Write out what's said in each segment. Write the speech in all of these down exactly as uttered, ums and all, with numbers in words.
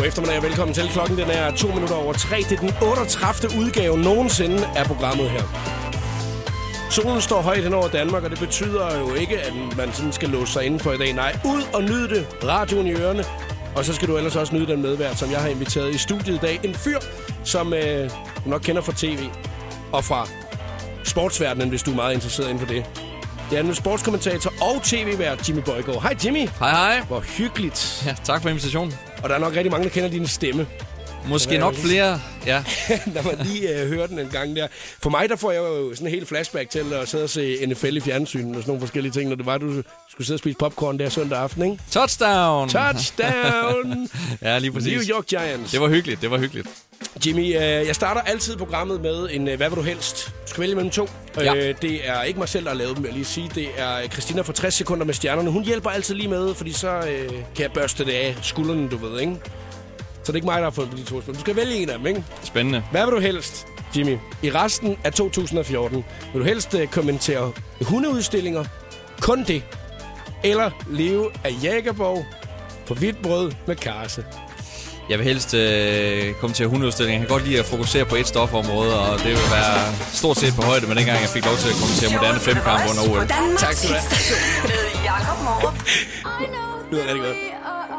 God eftermiddag og velkommen til. Klokken den er to minutter over tre. Det er den otteogtredivte udgave nogensinde af programmet her. Solen står højt hen over Danmark, og det betyder jo ikke, at man sådan skal låse sig inden for i dag. Nej, ud og nyde det. Radioen i ørerne. Og så skal du ellers også nyde den medvært, som jeg har inviteret i studiet i dag. En fyr, som øh, du nok kender fra tv og fra sportsverdenen, hvis du er meget interesseret inden for det. Det er en sportskommentator og tv-vært, Jimmy Bøjgaard. Hej Jimmy. Hej hej. Hvor hyggeligt. Ja, tak for invitationen. Og der er nok rigtig mange, der kender din stemme. Måske nok flere, ja. Når man lige øh, hører den en gang der. For mig, der får jeg jo sådan en helt flashback til at sidde og se N F L i fjernsynet og sådan nogle forskellige ting, når det var, du skulle sidde og spise popcorn der søndag aften, ikke? Touchdown! Touchdown! Ja, lige præcis. New York Giants. Det var hyggeligt, det var hyggeligt. Jimmy, øh, jeg starter altid programmet med en øh, hvad vil du helst? Du skal vælge mellem to. Ja. Øh, det er ikke mig selv, der har lavet dem, vil jeg lige sige. Det er Christina fra tres sekunder med stjernerne. Hun hjælper altid lige med, fordi så øh, kan jeg børste det af skuldrene, du ved, ikke? Så det er ikke mig, der har fået de to spørgsmål. Du skal vælge en af dem, ikke? Spændende. Hvad vil du helst, Jimmy? I resten af to tusind og fjorten vil du helst uh, kommentere hundeudstillinger, kun det, eller leve af Jægerborg på hvidt brød med karse? Jeg vil helst øh, komme til hundeudstillinger. Jeg kan godt lide at fokusere på et stofområde, og det vil være stort set på højde, men dengang jeg fik lov til at kommentere moderne femkamp under O L. Tak skal du have. Med Jakob Morup. Det lyder rigtig godt.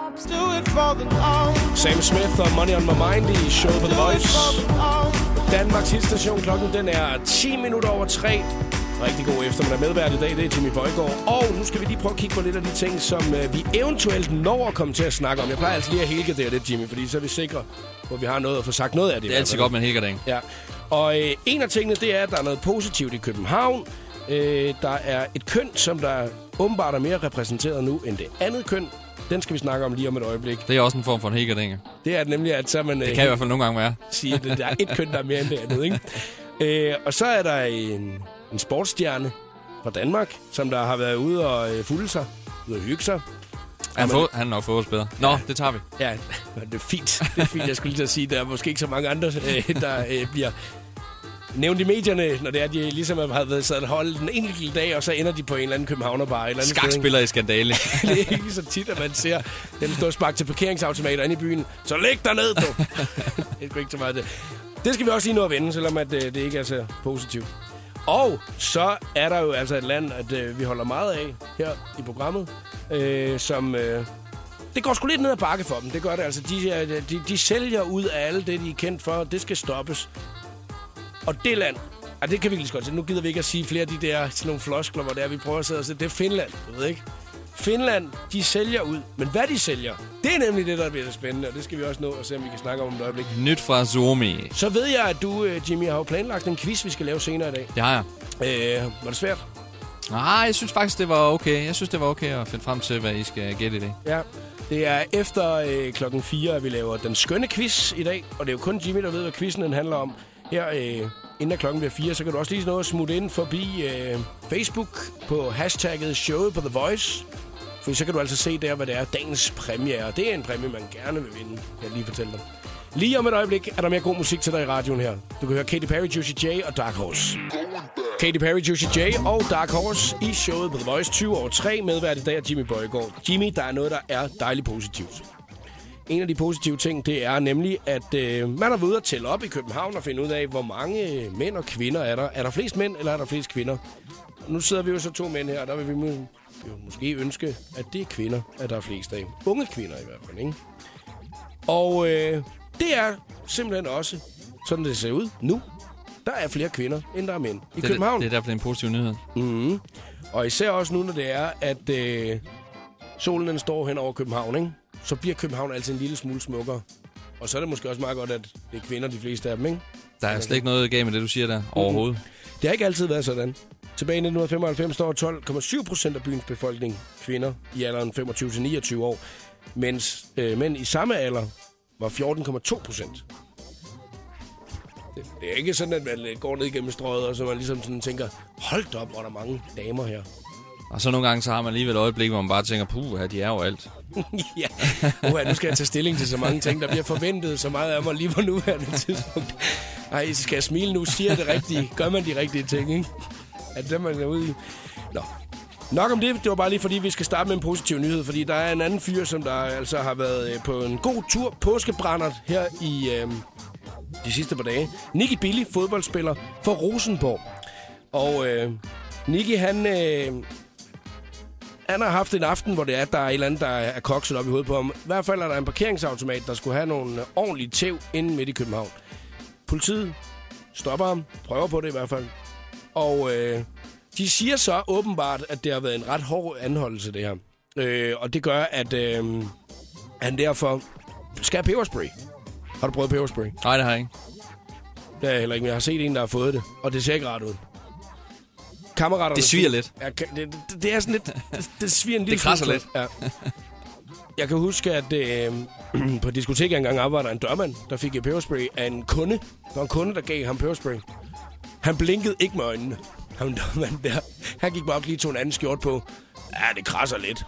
Sam Smith og Money on My Mind i Show på The Voice. Danmarks hitstation. Klokken den er ti minutter over tre. Rigtig god eftermiddag. Medvært i dag, det er Jimmy Bøjgaard. Og nu skal vi lige prøve at kigge på lidt af de ting, som øh, vi eventuelt når at komme til at snakke om. Jeg plejer altså lige at helgardere det, Jimmy, fordi så er vi sikre på, at vi har noget at få sagt noget af det. Det er altid godt med en helgardering. Ja. Og øh, en af tingene, det er, at der er noget positivt i København. Øh, der er et køn, som der åbenbart er mere repræsenteret nu end det andet køn. Den skal vi snakke om lige om et øjeblik. Det er også en form for en helgardering. Det er nemlig, at så man... Det kan i hvert fald nogle gange være. Sige, at der er et køn, der er mere end det andet, ikke? øh, og så er der en, en sportsstjerne fra Danmark, som der har været ude og øh, fulde sig, ude og hygge sig. Han, få, han er nok fået os bedre. Nå, ja. Det tager vi. Ja, det er fint. Det er fint, jeg skulle lige til at sige. Der er måske ikke så mange andre, øh, der øh, bliver nævnt i medierne, når det er, at de ligesom har været sad og holdt den enkelte dag, og så ender de på en eller anden københavnerbar. Skakspiller i skandale. Det er ikke så tit, at man ser dem stå og sparke til parkeringsautomater inde i byen. Så læg dig ned, du! Det er ikke så meget det. Det skal vi også lige nå at vende, selvom at, øh, det ikke er så positivt. Og så er der jo altså et land, at øh, vi holder meget af her i programmet, øh, som... Øh, det går sgu lidt ned ad bakke for dem. Det gør det altså. De, de, de sælger ud af alt det, de er kendt for. Det skal stoppes. Og det land, ah, det kan vi lige så godt se. Nu gider vi ikke at sige flere af de der sådan nogle floskler, hvor det er, vi prøver at sidde og se. Det er Finland, du ved ikke? Finland, de sælger ud. Men hvad de sælger, det er nemlig det, der bliver spændende. Og det skal vi også nå at se, om vi kan snakke om et øjeblik. Nyt fra Zoomi. Så ved jeg, at du, Jimmy, har jo planlagt en quiz, vi skal lave senere i dag. Det har jeg. Øh, var det svært? Nej, jeg synes faktisk, det var okay. Jeg synes, det var okay at finde frem til, hvad I skal gætte i dag. Ja. Det er efter øh, klokken fire, at vi laver den skønne quiz i dag. Og det er jo kun Jimmy, der ved, hvad quizzen den handler om. Her øh, inden klokken bliver fire, så kan du også lige nå at smutte ind forbi øh, Facebook på hashtagget Show på The Voice. For så kan du altså se der, hvad det er dagens præmie er. Og det er en præmie, man gerne vil vinde, kan jeg lige fortælle dig. Lige om et øjeblik er der mere god musik til dig i radioen her. Du kan høre Katy Perry, Juicy J og Dark Horse. Katy Perry, Juicy J og Dark Horse i showet på The Voice tyve over tre. Medvært i dag er Jimmy Bøjgaard. Jimmy, der er noget, der er dejligt positivt. En af de positive ting, det er nemlig, at øh, man har været ude at tælle op i København og finde ud af, hvor mange mænd og kvinder er der. Er der flest mænd, eller er der flest kvinder? Og nu sidder vi jo så to mænd her, og der vil vi må, jo måske ønske, at det er kvinder, at der er flest af. Unge kvinder i hvert fald, ikke? Og øh, det er simpelthen også, sådan det ser ud nu. Der er flere kvinder, end der er mænd i det, København. Det er derfor en positiv nyhed. Mm-hmm. Og især også nu, når det er, at øh, solen den står hen over København, ikke? Så bliver København altid en lille smule smukkere. Og så er det måske også meget godt, at det er kvinder, de fleste af dem, ikke? Der er slet ikke noget galt med det, du siger der, mm-hmm. overhovedet. Det har ikke altid været sådan. Tilbage i nitten femoghalvfems står tolv komma syv procent af byens befolkning kvinder i alderen femogtyve til niogtyve år, mens øh, mænd i samme alder var fjorten komma to procent. Det, det er ikke sådan, at man går ned igennem strøget, og så man ligesom sådan tænker, hold op, hvor er der mange damer her. Og så nogle gange, så har man alligevel et øjeblik, hvor man bare tænker, puh, de er jo alt. Ja, Uha, nu skal jeg tage stilling til så mange ting, der bliver forventet så meget af mig lige på nuværende tidspunkt. Ej, skal jeg smile nu? Siger det rigtige? Gør man de rigtige ting, ikke? At det man er ude i. Nå. Nok om det. Det var bare lige fordi, vi skal starte med en positiv nyhed. Fordi der er en anden fyr, som der altså har været øh, på en god tur påskebrændert her i øh, de sidste par dage. Nicky Billy, fodboldspiller for Rosenborg. Og øh, Nicky, han, øh, han har haft en aften, hvor det er, at der er et eller andet, der er kokset op i hovedet på ham. I hvert fald er der en parkeringsautomat, der skulle have nogle ordentlige tæv inde midt i København. Politiet stopper ham, prøver på det i hvert fald. Og øh, de siger så åbenbart, at det har været en ret hård anholdelse, det her. Øh, og det gør, at øh, han derfor skal have peberspray. Har du prøvet peberspray? Nej, det har jeg ikke. Det er jeg heller ikke, men jeg har set en, der har fået det. Og det ser ikke rart ud. Kammeraterne... Det sviger lidt. Ja, det, det, det er sådan lidt... Det, det sviger en lille... Det krasser lidt. Ja. Jeg kan huske, at øh, på diskoteket engang arbejder en dørmand, der fik et peberspray af en kunde. Der var en kunde, der gav ham peberspray. Han blinkede ikke med øjnene. Han, der, han gik bare op lige tog en anden skjort på. Ja, det krasser lidt.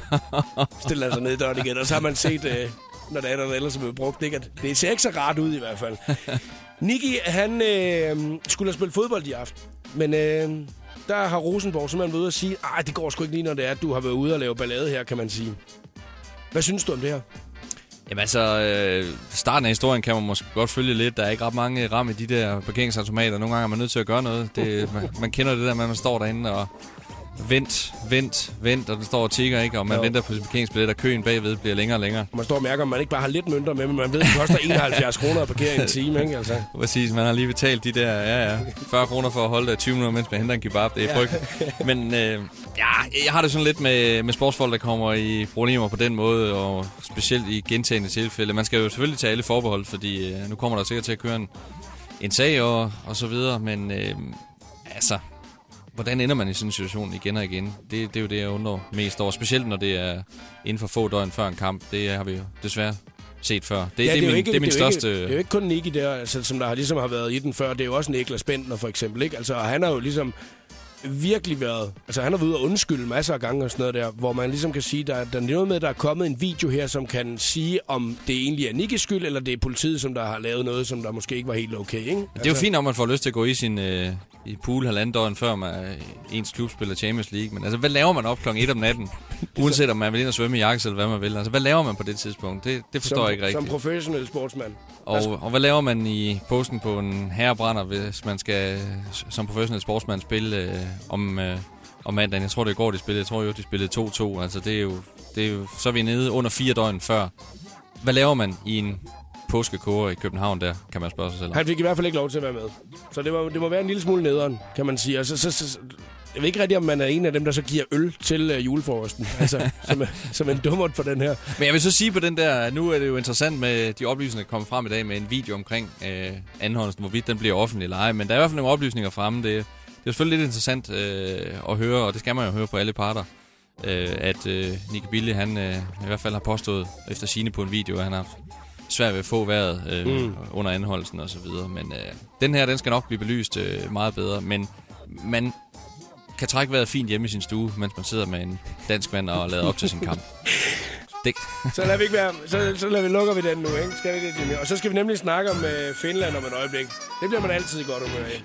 Stiller altså ned i døren igen. Og så har man set, øh, når der er der ellers er blevet brugt, ikke? At det ser ikke så rart ud i hvert fald. Nicky, han øh, skulle have spillet fodbold i aften. Men øh, der har Rosenborg simpelthen været ude og sige, at det går sgu ikke lige, når det er, at du har været ude og lave ballade her, kan man sige. Hvad synes du om det her? Jamen altså, øh, starten af historien kan man måske godt følge lidt. Der er ikke ret mange ram i de der parkeringsautomater. Nogle gange er man nødt til at gøre noget. Det, man, man kender det der med, at man står derinde og vent, vent, vent, og den står og tigger, ikke? Og man jo. venter på sin parkeringsbillet, og køen bagved bliver længere og længere. Man står og mærker, at man ikke bare har lidt mønter med, men man ved, at det koster enoghalvfjerds kroner at parkere en time, ikke? Altså. Præcis, man har lige betalt de der, ja, ja, fyrre kroner for at holde der tyve minutter, mens man henter en kebab. Det er frygteligt. Ja. Men øh, ja, jeg har det sådan lidt med, med sportsfolk, der kommer i problemer på den måde, og specielt i gentagende tilfælde. Man skal jo selvfølgelig tage alle forbehold, fordi øh, nu kommer der sikkert til at køre en, en sag og, og så videre, men øh, altså... Hvordan ender man i sådan en situation igen og igen? Det, det er jo det, jeg undrer mest over. Specielt når det er inden for få døgn før en kamp. Det har vi jo desværre set før. Det, ja, det, det, er, min, ikke, det er min det er største... Ikke, det er jo ikke kun Nicky der, altså, som der har, ligesom har været i den før. Det er jo også Niklas Bentner for eksempel. Ikke? Altså, han har jo ligesom virkelig været... Altså, han har været ude og undskylde masser af gange og sådan noget der, hvor man ligesom kan sige, der, der er noget med, at der er kommet en video her, som kan sige, om det egentlig er Nickys skyld, eller det er politiet, som der har lavet noget, som der måske ikke var helt okay, ikke? Altså... Det er jo fint, om man får lyst til at gå i sin... Øh... i pool halvandet døgn før man ens klub spiller Champions League. Men altså, hvad laver man op klokken et om natten? Uanset om man vil ind og svømme i jakkes eller hvad man vil. Altså, hvad laver man på det tidspunkt? Det, det forstår som, jeg ikke rigtigt. Som professionel sportsmand. Og, og hvad laver man i posten på en herrebrænder, hvis man skal som professionel sportsmand spille øh, om, øh, om mandagen? Jeg tror, det er i går, de spillede. Jeg tror jo, de spillede to to. Altså, det er jo, det er jo, så er vi nede under fire døgn før. Hvad laver man i en påskekåre i København der, kan man spørge sig selv. Han fik i hvert fald ikke lov til at være med. Så det må, det må være en lille smule nederen, kan man sige. Og så, så, så, jeg ved ikke rigtig, om man er en af dem, der så giver øl til uh, julefrokosten. Altså, som, som en dummert for den her. Men jeg vil så sige på den der, nu er det jo interessant med de oplysninger, der kommer frem i dag med en video omkring øh, anholdelsen, hvorvidt den bliver offentlig eller ej. Men der er i hvert fald nogle oplysninger fremme. Det, det er selvfølgelig lidt interessant øh, at høre, og det skal man jo høre på alle parter. Øh, at øh, Nicky Billy, han øh, i hvert fald har påstået efter sigende på en video, at han har svært ved at få vejret øh, mm. under anholdelsen og så videre. Men øh, den her, den skal nok blive belyst øh, meget bedre. Men man kan trække vejret fint hjemme i sin stue, mens man sidder med en dansk mand og lader op til sin kamp. Det. Så lader vi ikke være, så, så lader vi lukker vi den nu, ikke? Skal vi det, Jimmy? Og så skal vi nemlig snakke om øh, Finland om et øjeblik. Det bliver man altid godt humør af.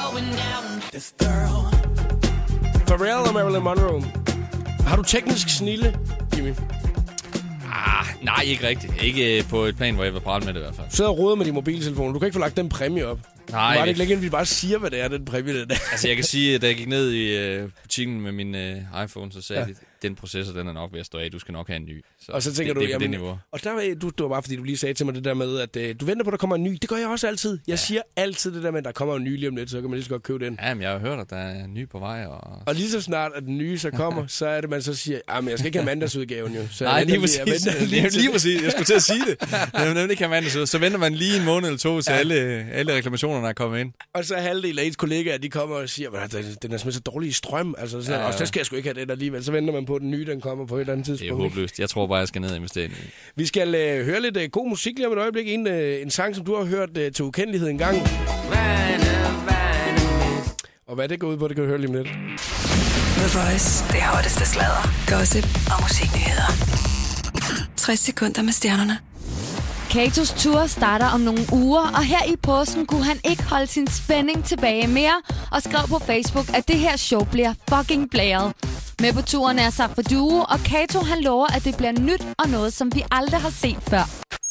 Pharrell og Marilyn Monroe. Har du teknisk snilde, Jimmy? Ah, nej, ikke rigtigt. Ikke på et plan, hvor jeg vil prale med det i hvert fald. Du sidder og roder med din mobiltelefon. Du kan ikke få lagt den præmie op. Nej. Var det ikke længere, at vi bare siger, hvad det er, den præmie, det der? Altså, jeg kan sige, at da jeg gik ned i uh, butikken med min uh, iPhone, så sagde ja. de, den processor, den er nok ved at stå af. Du skal nok have en ny. Så og så tænker det, du, det, jamen, det niveau. Og der du, du var bare, fordi du lige sagde til mig det der med, at uh, du venter på, at der kommer en ny. Det gør jeg også altid. Jeg ja. siger altid det der med, at der kommer en ny lige om lidt, så kan man lige så godt købe den. Ja, men jeg har hørt, at der er en ny på vej. Og, og lige så snart, at den nye så kommer, så er det, man så siger, ah, men jeg skal ikke have mandagsudgaven jo. Så nej, lige præcis. Jeg venter, lige, lige præcis. Jeg skulle til at sige det. Jeg vil ikke have mandagsudgaven. Så venter man lige en måned eller to, så ja. alle, alle reklamationerne er kommet ind. Og så halvdelen af ens kollegaer, de kommer og siger, at den er simpelthen så dårlig i strøm. Altså, sådan, ja, ja. Og så skal jeg sgu ikke have den alligevel. Så venter man på, at den nye, den kommer på et eller andet tidspunkt. Det er håbløst. Jeg tror bare, jeg skal ned og investere i den. Vi skal uh, høre lidt uh, god musik lige om et øjeblik. En, uh, en sang, som du har hørt uh, til ukendelighed en gang. Og hvad det går ud på, det kan du høre lige om lidt. The Voice. Det hotteste sladder, gossip og musiknyheder. tres sekunder med stjernerne. Katos tour starter om nogle uger, og her i påsken kunne han ikke holde sin spænding tilbage mere, og skrev på Facebook, at det her show bliver fucking blæret. Med på turen er Safri Duo, og Kato han lover, at det bliver nyt og noget, som vi aldrig har set før.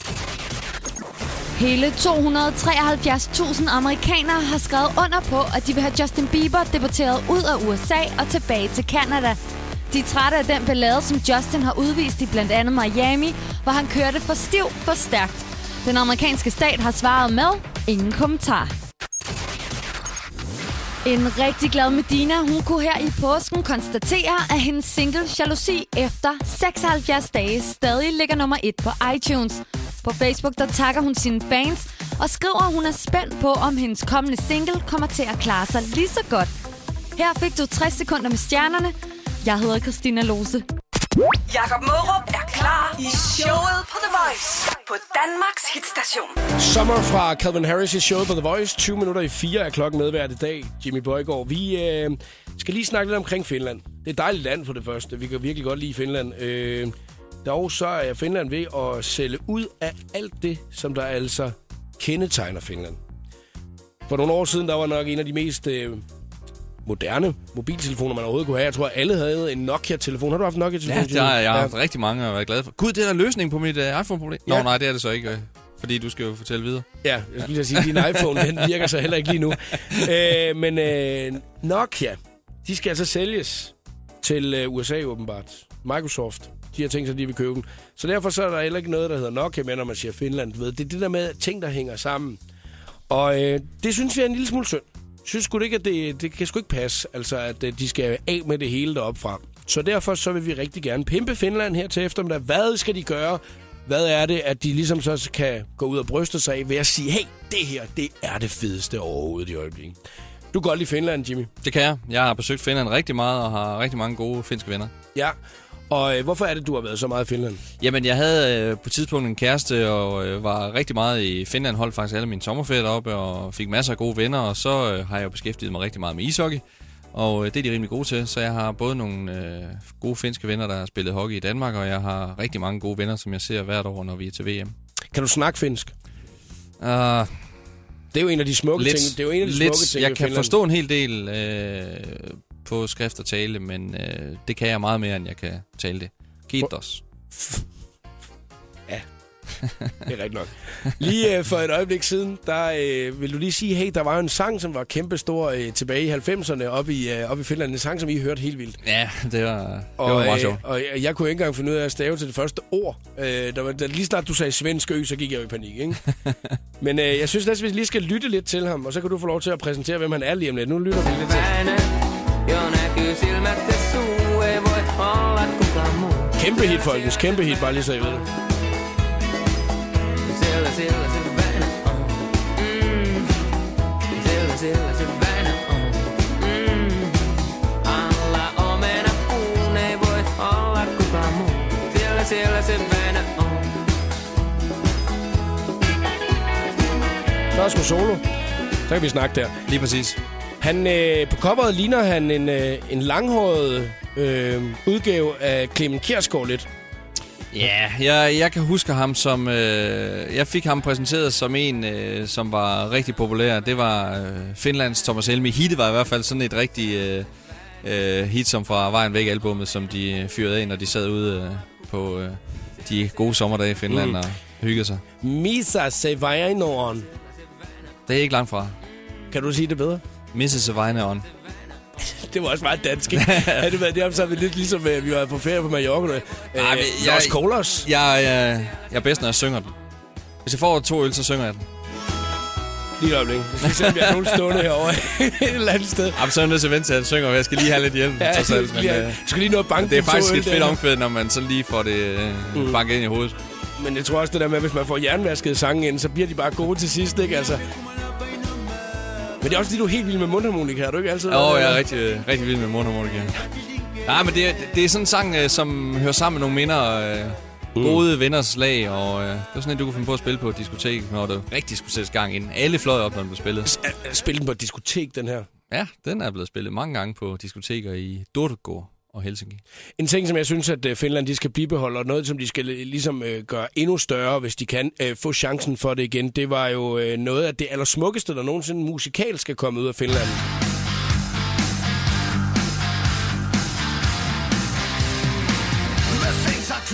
Hele to hundrede og treoghalvfjerds tusind amerikanere har skrevet under på, at de vil have Justin Bieber deporteret ud af U S A og tilbage til Canada. De er trætte af den ballade, som Justin har udvist i blandt andet Miami, hvor han kørte for stiv for stærkt. Den amerikanske stat har svaret med ingen kommentar. En rigtig glad Medina, hun kunne her i påsken konstatere, at hendes single Jalousi efter seksoghalvfjerds dage stadig ligger nummer et på iTunes. På Facebook der takker hun sine fans og skriver, at hun er spændt på, om hendes kommende single kommer til at klare sig lige så godt. Her fik du tres sekunder med stjernerne. Jeg hedder Christina Lose. Jakob Mårup er klar i showet på The Voice på Danmarks hitstation. Sommer fra Calvin Harris i showet på The Voice. tyve minutter i fire er klokken med hver dag. Jimmy Bøjgaard. Vi øh, skal lige snakke lidt omkring Finland. Det er et dejligt land for det første. Vi kan virkelig godt lide Finland. Øh, dog så er Finland ved at sælge ud af alt det, som der altså kendetegner Finland. For nogle år siden, der var nok en af de mest øh, moderne mobiltelefoner, man overhovedet kunne have. Jeg tror, at alle havde en Nokia-telefon. Har du haft en Nokia-telefon? Ja, der, jeg har haft rigtig mange og været glad for. Gud, det er der løsning på mit uh, iPhone-problem. Nå, ja. Nej, det er det så ikke, øh, fordi du skal jo fortælle videre. Ja, jeg skulle lige sige, at din iPhone den virker så heller ikke lige nu. øh, men øh, Nokia, de skal altså sælges til øh, U S A åbenbart. Microsoft, de har tænkt sig, at de vil købe den. Så derfor så er der heller ikke noget, der hedder Nokia, men når man siger Finland. Ved. Det er det der med ting, der hænger sammen. Og øh, det synes vi er en lille smule synd. Synes sgu ikke, at det, det kan sgu ikke passe, altså at de skal af med det hele deroppe fra. Så derfor så vil vi rigtig gerne pimpe Finland her til eftermiddag. Hvad skal de gøre? Hvad er det, at de ligesom så kan gå ud og bryste sig af ved at sige, hey, det her, det er det fedeste overhovedet i øjeblikket. Du kan godt lide Finland, Jimmy. Det kan jeg. Jeg har besøgt Finland rigtig meget og har rigtig mange gode finske venner. Ja, og øh, hvorfor er det, du har været så meget i Finland? Jamen, jeg havde øh, på et tidspunkt en kæreste og øh, var rigtig meget i Finland. Holdt faktisk alle mine sommerferier deroppe og fik masser af gode venner. Og så øh, har jeg jo beskæftiget mig rigtig meget med ishockey. Og øh, det er de rimelig gode til. Så jeg har både nogle øh, gode finske venner, der har spillet hockey i Danmark. Og jeg har rigtig mange gode venner, som jeg ser hvert år, når vi er til V M. Kan du snakke finsk? Uh, det er jo en af de smukke lidt, ting. Det er jo en af de lidt, smukke ting jeg i kan Finland. forstå en hel del øh, på skrift og tale, men øh, det kan jeg meget mere, end jeg kan tale det. Kiitos. Ja, det er rigtigt nok. Lige øh, for et øjeblik siden, der øh, vil du lige sige, hey, der var en sang, som var kæmpestor øh, tilbage i halvfemserne oppe i, øh, op i Finland. En sang, som I hørte helt vildt. Ja, det var, det og, var meget øh, sjovt. Og jeg, jeg kunne ikke engang finde ud af at stave til det første ord. Øh, der var, der, lige snart du sagde svensk ø, så gik jeg jo i panik, ikke? Men øh, jeg synes næsten, vi lige skal lytte lidt til ham, og så kan du få lov til at præsentere, hvem han er lige om lidt. Nu lytter vi lidt til. Kæmpe hit, folkens. Kæmpe hit, bare lige så I ved det. Så er sgu solo. Så kan vi snakke der. Lige præcis. Han, øh, på coveret ligner han en, øh, en langhåret øh, udgave af Clement Kjersgaard lidt. Ja, jeg, jeg kan huske ham som... Øh, jeg fik ham præsenteret som en, øh, som var rigtig populær. Det var øh, Finlands Thomas Helmig. Hitte var i hvert fald sådan et rigtig øh, øh, hit, som fra Vejen Væk-albummet, som de fyrede af, når de sad ude øh, på øh, de gode sommerdage i Finland mm. og hyggede sig. Misa se Vainoon. Det er ikke langt fra. Kan du sige det bedre? Missa se Vainoon. Det var også meget dansk, ikke? Havde det været det om, så vi lidt ligesom, at vi var på ferie på Mallorca. Nej, men jeg... Los Colas. Jeg, jeg, jeg er bedst, når jeg synger den. Hvis jeg får to øl, så synger jeg den. Lige et øjeblik. Jeg skal se, om jeg er nogen stående herovre et eller andet sted. Jamen, så er jeg nødt til at vente til, at jeg synger, og jeg skal lige have lidt hjælp. Ja, jeg skal lige, øh, skal lige nå at banke. Det er faktisk et fedt omkvæd, når man så lige får det øh, mm. banket ind i hovedet. Men jeg tror også det der med, at hvis man får jernvasket sangen ind, så bliver de bare gode til sidst, ikke? Altså... Men det er også fordi, du er helt vild med mundharmonika, er du ikke altid? Jo, oh, jeg er rigtig, rigtig vild med mundharmonika. Nej, men det, det er sådan en sang, som hører sammen med nogle minder, mm. gode venners lag, og det er sådan en, du kunne finde på at spille på et diskotek, når det rigtig skulle sættes gang ind. Alle fløj op, når den blev spillet. Spille den på et diskotek, den her? Ja, den er blevet spillet mange gange på diskoteker i Turku og Helsinki. En ting, som jeg synes, at Finland de skal bibeholde, og noget, som de skal ligesom øh, gøre endnu større, hvis de kan øh, få chancen for det igen, det var jo øh, noget af det allersmukkeste, der nogensinde musikalt skal komme ud af Finland.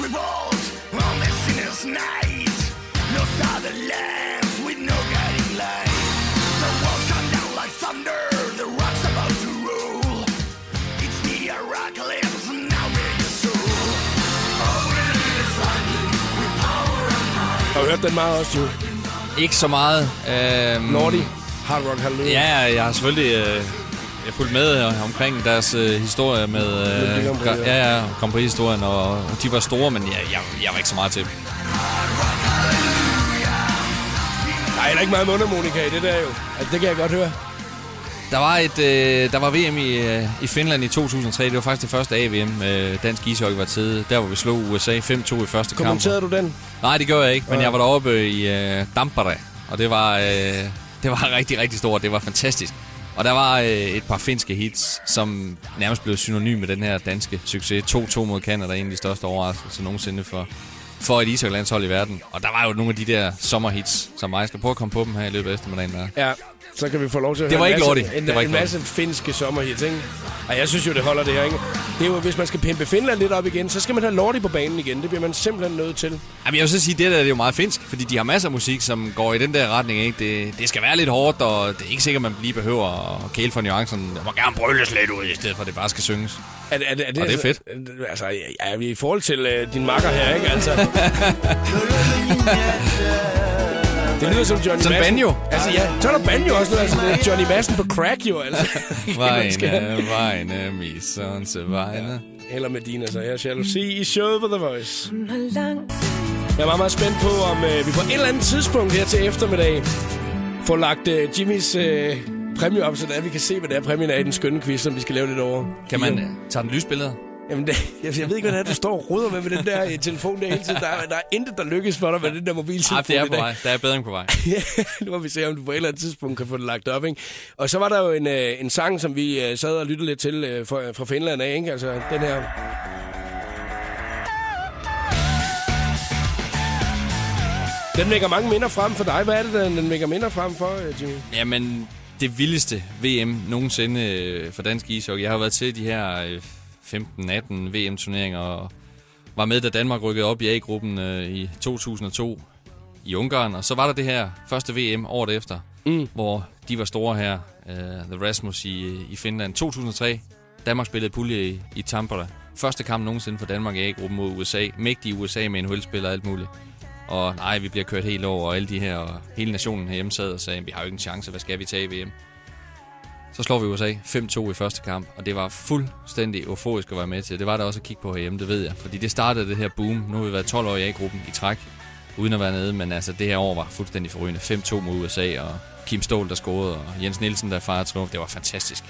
revolt on the sinner's night. Lost are the lands with no guiding light. The walls come down like thunder, the rocks about to roll. It's the Heraclius, now we're your soul. Over this land with power and might. Har du hørt den meget også, jo? Ikke så meget. Øhm, Lordi, Hard Rock Hallelujah. Ja, jeg har selvfølgelig øh, jeg fulgt med øh, omkring deres øh, historie med øh, Grand Prix, ja, ja, Grand Prix-historien, og, og de var store, men jeg, jeg, jeg var ikke så meget til dem. Der er heller ikke meget mundharmonika i det der, jo. Altså, det kan jeg godt høre. Der var et øh, der var V M i, øh, i Finland i to tusind og tre. Det var faktisk det første A V M. Øh, dansk ishockey var til. Der hvor vi slog U S A fem to i første kamp. Kommenterede du den? Nej, det gjorde jeg ikke, men ja. jeg var deroppe i øh, Tampere, og det var, øh, det var rigtig, rigtig stort. Det var fantastisk. Og der var øh, et par finske hits, som nærmest blev synonym med den her danske succes. to to mod Canada, en af de største overraskelser nogensinde for, for et ishockeylandshold i verden. Og der var jo nogle af de der sommerhits, som jeg skal prøve at komme på dem her i løbet af eftermiddagen. Der. Ja, så kan vi få lov til at det høre var en ikke masse, lortigt. en, det var en ikke masse finske sommerhits, ikke? Og jeg synes jo, det holder det her, ikke? Det er jo, hvis man skal pimpe Finland lidt op igen, så skal man have Lordi på banen igen. Det bliver man simpelthen nødt til. Jamen, jeg vil så sige, det der det er jo meget finsk, fordi de har masser af musik, som går i den der retning, ikke? Det, det skal være lidt hårdt, og det er ikke sikkert, man lige behøver at kæle for nuancen. Der må gerne brølles lidt ud, i stedet for at det bare skal synges. Er, er, er, er det, og det er fedt. Altså, ja, i forhold til uh, din makker her, ikke? Altså... Det lyder som Johnny Som Madsen. banjo. Altså ja, så er der banjo også noget. Altså, det er Johnny Madsen på crack jo, altså. Vejne, vejne, misons vejne. Eller Medina, så her jalousi i showet på The Voice. Jeg er meget, meget spændt på, om uh, vi på et eller andet tidspunkt her til eftermiddag får lagt uh, Jimmys uh, præmie op, så der vi kan se, hvad det er præmien er i den skønne quiz, som vi skal lave lidt over. Kan man uh, tage den lysbilleder? Jamen, det, jeg, jeg ved ikke, hvad det er, du står og ruder med med den der uh, telefon der hele tiden. Der, der er intet, der lykkes for dig med den der mobiltelefon. Nej, det er på vej. Der er bedring på vej. Nu må vi se, om du på et eller andet tidspunkt kan få det lagt op, ikke? Og så var der jo en, uh, en sang, som vi uh, sad og lyttede lidt til uh, fra, fra Finland af, ikke? Altså, den her... Den vækker mange minder frem for dig. Hvad er det, den, den vækker minder frem for, uh, Jimmy? Jamen, det vildeste V M nogensinde for dansk ishockey. Jeg har været til de her femten atten V M-turneringer og var med, da Danmark rykkede op i A-gruppen øh, i to tusind og to i Ungarn. Og så var der det her første V M året efter, mm. hvor de var store her. Uh, The Rasmus i, i Finland. to tusind og tre, Danmark spillede pulje i, i Tampere. Første kamp nogensinde for Danmark i A-gruppen mod U S A. Mægtige U S A med en hulspiller og alt muligt. Og nej, vi bliver kørt helt over, og alle de her, og hele nationen herhjemme sad og sagde, vi har jo ikke en chance, hvad skal vi tage i V M? Så slår vi U S A fem to i første kamp, og det var fuldstændig euforisk at være med til. Det var der også at kigge på herhjemme, det ved jeg. Fordi det startede det her boom. Nu har vi været tolv år i A-gruppen i træk, uden at være nede. Men altså, det her år var fuldstændig forrygende. fem to mod U S A, og Kim Ståhl, der scorede, og Jens Nielsen, der fejrede triumf. Det var fantastisk.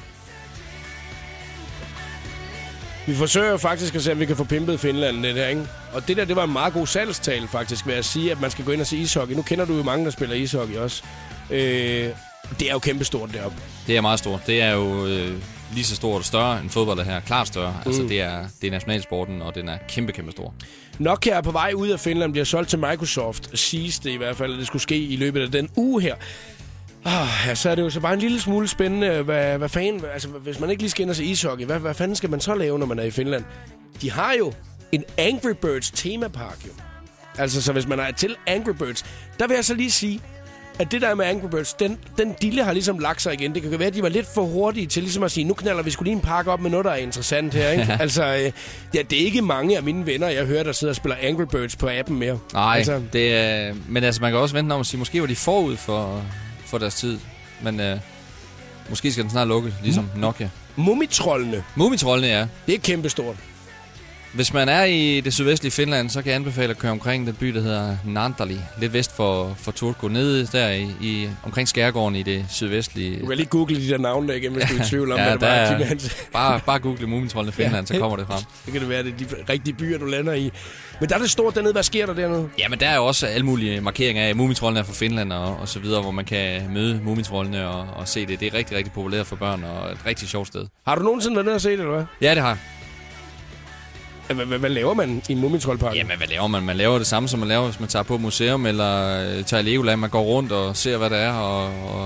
Vi forsøger faktisk at se, om vi kan få pimpet Finland lidt her, ikke? Og det der, det var en meget god salgstale faktisk, ved at sige, at man skal gå ind og se ishockey. Nu kender du jo mange, der spiller ishockey også. Øh, det er jo kæmpestort deroppe. Det er meget stort. Det er jo øh, lige så stort og større end fodbold er her. Klart større. Mm. Altså, det er, det er nationalsporten, og den er kæmpe, kæmpe stor. Nokia er på vej ud af Finland, bliver solgt til Microsoft. Siges det i hvert fald, at det skulle ske i løbet af den uge her. Oh, ja, så er det jo så bare en lille smule spændende. Hvad, hvad fanden, altså, hvis man ikke lige skal ind og se ishockey, hvad, hvad fanden skal man så lave, når man er i Finland? De har jo en Angry Birds temapark, jo. Altså, så hvis man er til Angry Birds, der vil jeg så lige sige, at det der med Angry Birds, den, den dille har ligesom lagt sig igen. Det kan være, at de var lidt for hurtige til ligesom at sige, nu knaller vi sgu lige en park op med noget, der er interessant her, ikke? Altså, øh, ja, det er ikke mange af mine venner, jeg hører, der sidder og spiller Angry Birds på appen mere. Nej, altså, det er... Men altså, man kan også vente om at sige, måske var de forud for... for deres tid. Men øh, måske skal den snart lukke, ligesom mm. Nokia. Mumitrollene. Mumitrollene, ja. Det er kæmpestort. Hvis man er i det sydvestlige Finland, så kan jeg anbefale at køre omkring den by, der hedder Naantali. Lidt vest for, for Turku. Nede der i, i, omkring skærgården i det sydvestlige. Du kan lige google de der navne der igen, hvis du er i tvivl om, ja, hvad det var. Er, bare, bare google Mumitrollene Finland, ja. Så kommer det frem. Det kan det være, det er de rigtige byer, du lander i. Men der er det stort dernede. Hvad sker der dernede? Ja, men der er jo også alle mulige markeringer af Mumitrollene er fra Finland og, og så videre, hvor man kan møde Mumitrollene og, og se det. Det er rigtig, rigtig populært for børn og et rigtig sjovt sted. Har du nogensinde været nede og se det, eller hvad? Ja, det har. Hvad, hvad, hvad laver man i Mumitrollparken? Jamen, hvad laver man? Man laver det samme, som man laver, hvis man tager på museum eller tager i Legoland. Man går rundt og ser, hvad der er, og, og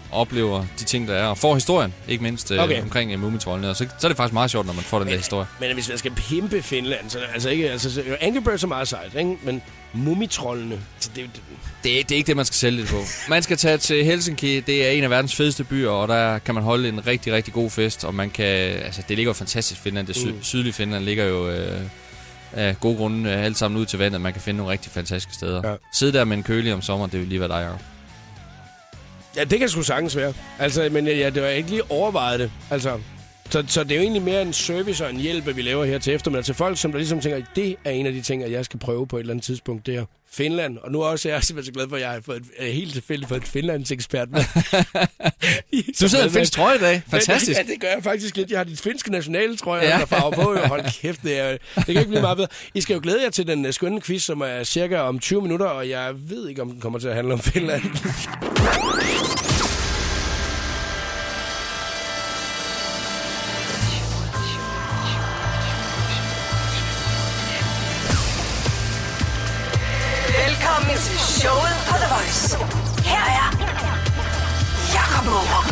oplever de ting, der er, og får historien, ikke mindst øh, Okay. omkring uh, Mumitrollene. Og så, så er det faktisk meget sjovt, når man får den Men- der historie. Men hvis man skal pimpe Finland, så altså ikke... Altså, så- Angry Birds er meget sejt, ikke? Men Mumitrollene... Altså, det, det, Det er, det er ikke det, man skal sælge det på. Man skal tage til Helsinki. Det er en af verdens fedeste byer, og der kan man holde en rigtig, rigtig god fest. Og man kan... Altså, det ligger jo fantastisk Finland. Det sy- Mm. sydlige Finland ligger jo øh, af gode grunde øh, alt sammen ud til vandet. Man kan finde nogle rigtig fantastiske steder. Ja. Sidde der med en kølig om sommeren, det vil lige være dig, Jacob. ja, det kan sgu sagtens være. Altså, men ja, det var ikke lige overvejet det. Altså... Så, så det er jo egentlig mere en service og en hjælp, at vi laver her til eftermiddag til folk, som der ligesom tænker, det er en af de ting, at jeg skal prøve på et eller andet tidspunkt, det er Finland. Og nu også er jeg simpelthen så glad for, at jeg har fået et, er helt tilfældigt fået et Finlandsekspert med. Du sidder i en finsk trøje i dag. Fantastisk. Ja, det gør jeg faktisk lidt. Jeg har dit finske nationale trøje, Ja. der farver på. Jo. Hold kæft, det, er, det kan ikke blive meget bedre. I skal jo glæde jer til den uh, skønne quiz, som er cirka om tyve minutter, og jeg ved ikke, om den kommer til at handle om Finland. Velkommen til showet på The Voice. Her er Jakob Morup.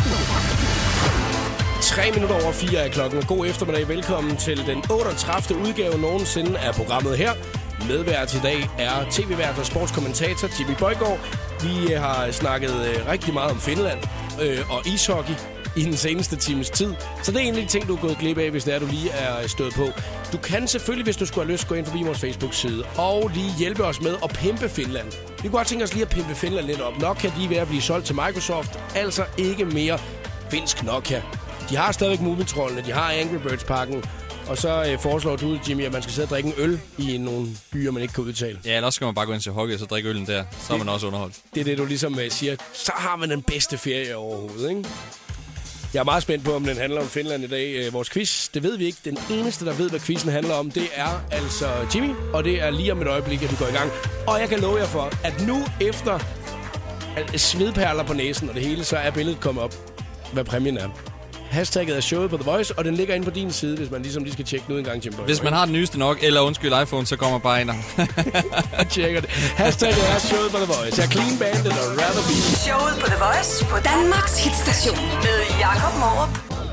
Tre minutter over fire er klokken. God eftermiddag. Velkommen til den otteogtredivte udgave nogensinde af programmet her. Medvært i dag er tv-vært og sportskommentator Jimmy Bøjgaard. Vi øh, har snakket øh, rigtig meget om Finland øh, og ishockey i den seneste times tid. Så det er egentlig ting, du er gået glip af, hvis det er, du lige er stået på. Du kan selvfølgelig, hvis du skulle have lyst, gå ind forbi vores Facebook-side og lige hjælpe os med at pimpe Finland. Vi kunne godt tænke os lige at pimpe Finland lidt op. Nok kan de være at blive solgt til Microsoft, altså ikke mere finsk Nokia. De har stadigvæk Mumitrollene, de har Angry Birds-pakken, og så øh, foreslår du, Jimmy, at man skal sidde og drikke en øl i nogle byer, man ikke kan udtale. Ja, ellers skal man bare gå ind til hockey, og så drikke øllen der. Så er man også underholdt. Det er det, du ligesom øh, siger. Så har man den bedste ferie overhovedet, ikke? Jeg er meget spændt på, om den handler om Finland i dag. Øh, vores quiz, det ved vi ikke. Den eneste, der ved, hvad quizzen handler om, det er altså Jimmy. Og det er lige om et øjeblik, at vi går i gang. Og jeg kan love jer for, at nu efter at svedperler på næsen og det hele, så er billedet kommet op, hvad præmien er. Hashtagget er showet på The Voice, og den ligger inde på din side, hvis man ligesom lige skal tjekke den ud en gang, Jimmy. Hvis man har den nyeste nok, eller undskyld iPhone, så kommer bare ind og... og tjekker det. Hashtagget er showet på The Voice. Jeg er Clean Bandit og Rather Be. Showet på The Voice på Danmarks hitstation med Jakob Morup.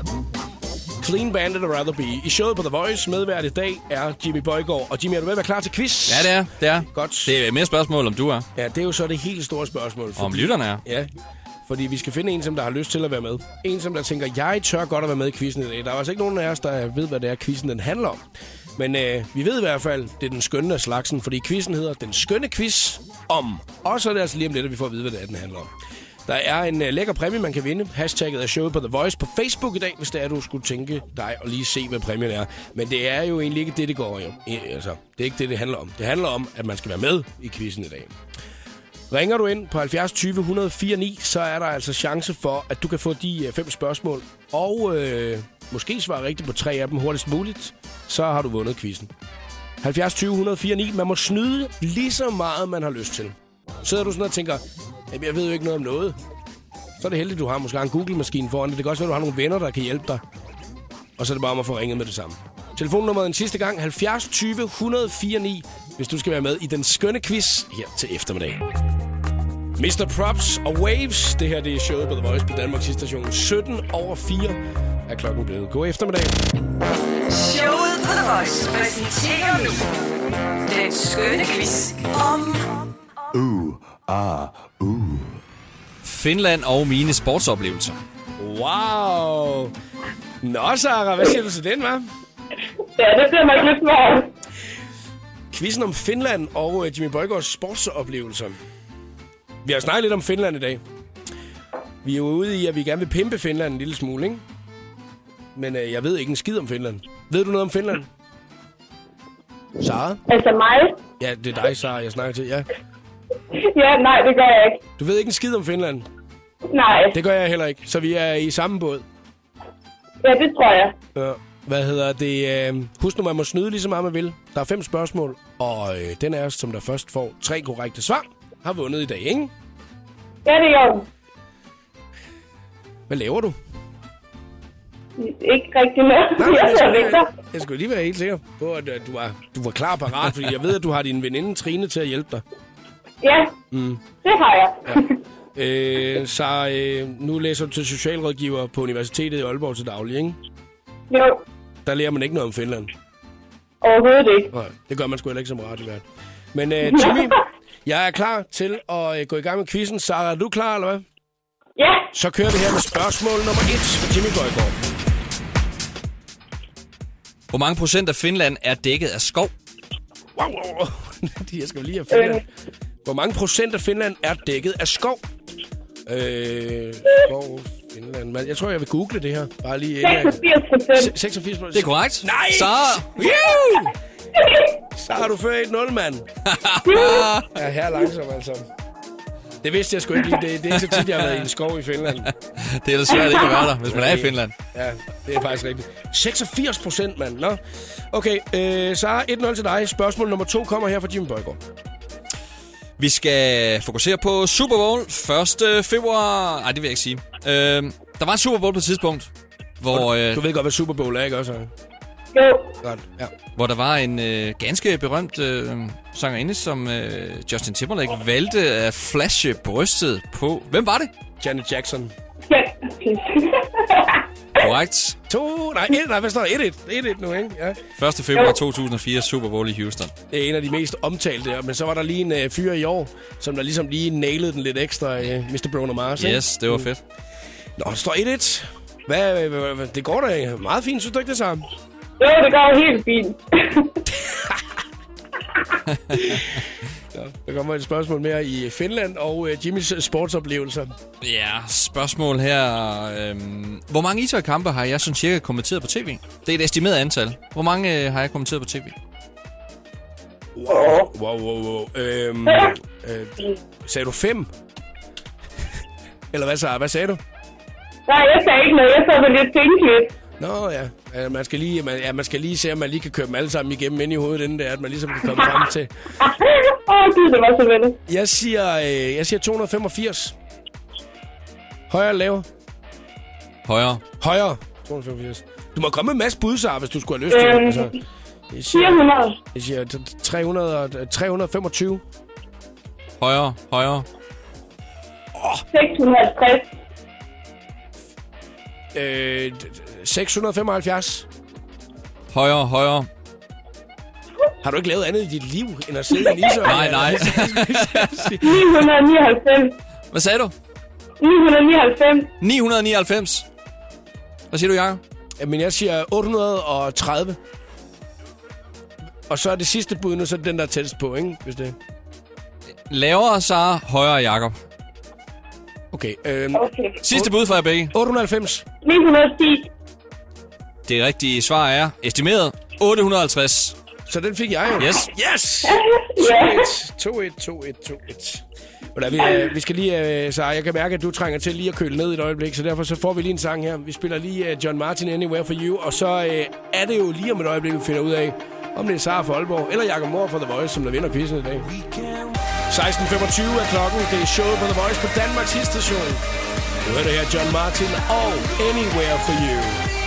Clean Bandit og Rather Be. I showet på The Voice medvært i dag er Jimmy Bøjgaard. Og Jimmy, er du ved at være klar til quiz? Ja, det er. Det er. Godt. Det er mere spørgsmål, om du er. Ja, det er jo så det helt store spørgsmål. Og om lytterne er. Ja, fordi vi skal finde en, som der har lyst til at være med. En, som der tænker, jeg tør godt at være med i quizzen i dag. Der er altså ikke nogen af os, der ved, hvad det er, quizzen den handler om. Men øh, vi ved i hvert fald, det er den skønne af slagsen, fordi quizzen hedder Den Skønne Quiz om. Og så er det altså lige om lidt, at vi får at vide, hvad det er, den handler om. Der er en øh, lækker præmie, man kan vinde. Hashtagget er showet på The Voice på Facebook i dag, hvis det er, du skulle tænke dig og lige se, hvad præmien er. Men det er jo egentlig ikke det, det går jo. Altså, det er ikke det, det handler om. Det handler om, at man skal være med i quizzen i dag. Ringer du ind på halvfjerds tyve et nul fire ni, så er der altså chance for, at du kan få de øh, fem spørgsmål. Og øh, måske svare rigtigt på tre af dem hurtigst muligt. Så har du vundet quizzen. halvfjerds tyve et nul fire ni. Man må snyde lige så meget, man har lyst til. Sidder du sådan og tænker, jeg ved jo ikke noget om noget. Så er det heldigt, du har måske en Google-maskine foran dig. Det kan også være, du har nogle venner, der kan hjælpe dig. Og så er det bare om at få ringet med det samme. Telefonnummeret en sidste gang, halvfjerds tyve et nul fire ni, hvis du skal være med i den skønne quiz her til eftermiddag. mister Props og Waves, det her det er showet på The Voice på Danmarks station. sytten over fire er klokken blevet. God eftermiddag. Showet på The Voice præsenterer nu den skønne quiz om... Finland og mine sportsoplevelser. Wow. Nå, Sarah, hvad siger du til den, hva'? Ja, det bliver mig lidt smart. Quizzen om Finland og uh, Jimmy Bøjgaards sportsoplevelser. Vi har snakket lidt om Finland i dag. Vi er jo ude i, at vi gerne vil pimpe Finland en lille smule, ikke? Men uh, jeg ved ikke en skid om Finland. Ved du noget om Finland? Sarah? Altså mig? Ja, det er dig, Sarah, jeg snakker til. Ja. Ja, nej, det gør jeg ikke. Du ved ikke en skid om Finland? Nej. Det gør jeg heller ikke. Så vi er i samme båd. Ja, det tror jeg. Ja. Hvad hedder det? Uh, husk nu, man må snyde lige så meget, man vil. Der er fem spørgsmål, og uh, den af os, som der først får tre korrekte svar, har vundet i dag, ikke? Ja, det gør jeg. Hvad laver du? Ikke rigtig noget. Nej, men jeg jeg, ser skulle, vægter. lige, jeg skulle lige være helt sikker på, at uh, du var, du var klar og parat, fordi jeg ved, at du har din veninde Trine til at hjælpe dig. Ja, Mm. det har jeg. Ja. Øh, så øh, nu læser du til socialrådgiver på Universitetet i Aalborg til daglig, ikke? Jo, Der lærer man ikke noget om Finland. overhovedet ikke. Nej, det gør man sgu heller ikke som radiovært. Men øh, Jimmy, jeg er klar til at øh, gå i gang med quizzen. Sara, er du klar, eller hvad? Ja, Så kører vi her med spørgsmål nummer et for Jimmy Bøjgaard. Hvor mange procent af Finland er dækket af skov? Wow, wow, wow. De her skal jo lige have Finland. Hvor mange procent af Finland er dækket af skov? Øh, skov, Finland. Man, jeg tror, jeg vil google det her. Bare lige inden jeg- seksogfirs procent. seksogfirs procent. Det er korrekt. Nej! Så Woo! Så har du ført et nul, mand. Ja, her langsom, altså. Det vidste jeg sgu ikke lige. Det, det er ikke så tit, jeg har været i en skov i Finland. det er da svært ikke at være der, hvis man er i Finland. Ja, det er faktisk rigtigt. seksogfirs procent, mand. Nå. Okay, øh, så et nul til dig. Spørgsmål nummer to kommer her fra Jimmy Bøjgaard. Vi skal fokusere på Super Bowl første februar. Nej, det vil jeg ikke sige. Øh, der var en Super Bowl på et tidspunkt, hvor, øh, Du ved godt, hvad Super Bowl er, ikke også? Jo, Godt, ja. hvor der var en øh, ganske berømt øh, sangerinde, som øh, Justin Timberlake valgte at flashe brystet på. Hvem var det? Janet Jackson. ja. Korrekt. To, nej, et, nej, hvad står der? et et. et et nu, ikke? Ja. første februar to tusind og fire, Super Bowl i Houston. Det er en af de mest omtalte, men så var der lige en uh, fyr i år, som der ligesom lige nailede den lidt ekstra, uh, mister Bruno Mars, ikke? Yes, det var fedt. Nå, der står et et. Hvad, hvad, hvad, det går da meget fint, synes du ikke det sammen? Jo, det går helt fint. Ja, der kommer et spørgsmål mere i Finland og uh, Jimmys sportsoplevelser. Ja, spørgsmål her. Øhm, hvor mange ishockeykampe har jeg sådan cirka kommenteret på tv? Det er et estimeret antal. Hvor mange øh, har jeg kommenteret på tv? Wow, wow, wow, wow. Øhm, øh, sagde du fem? Eller hvad, Sara? Hvad sagde du? Nej, jeg sagde ikke noget. Jeg så var lidt tænkeligt. Nå ja, ja man, skal lige, man, ja, man skal lige se, om man lige kan køre dem alle sammen igennem ind i hovedet, inden det er, at man ligesom kan komme frem til. Åh, oh, gud, det var så vel. Jeg siger, øh, jeg siger to hundrede femogfirs. Højere eller lavere? Højere. Højere. to hundrede femogfirs. Du må komme med en masse bud, Sara, hvis du skulle have lyst til. Øhm, Altså, jeg fire siger, hundrede. jeg siger t- tre hundrede og- tre hundrede femogtyve. Højere. Højere. seks hundrede og halvtreds. Øh, seks hundrede femoghalvfjerds. Højere. Højere. Har du ikke lavet andet i dit liv, end at sidde i en ishockey? Nej, nej. ni hundrede og nioghalvfems. Hvad sagde du? ni hundrede og nioghalvfems. ni hundrede nioghalvfems. Hvad siger du, Jacob? Men jeg siger otte hundrede og tredive. Og så er det sidste bud nu, så er det den, der er tættest på, ikke? Hvis det... Lavere, Sara. Højere, Jacob. Okay. Øhm, Okay. Sidste bud for jer begge. otte hundrede og halvfems. ni hundrede og ti. Det rigtige svar er estimeret otte hundrede og halvtreds. Så den fik jeg jo. Yes. Yes! Ja. to et, to et, to et. Hvordan, vi, øh, vi skal lige, øh, så jeg kan mærke, at du trænger til lige at køle ned et øjeblik, så derfor så får vi lige en sang her. Vi spiller lige øh, John Martin, Anywhere for You, og så øh, er det jo lige om et øjeblik, vi finder ud af, om det er Sara fra Aalborg, eller Jakob Mohr fra The Voice, som der vinder quizzen i dag. seksten femogtyve er klokken, det er showet på The Voice på Danmarks hitstation. Du hører det her, John Martin og Anywhere for You.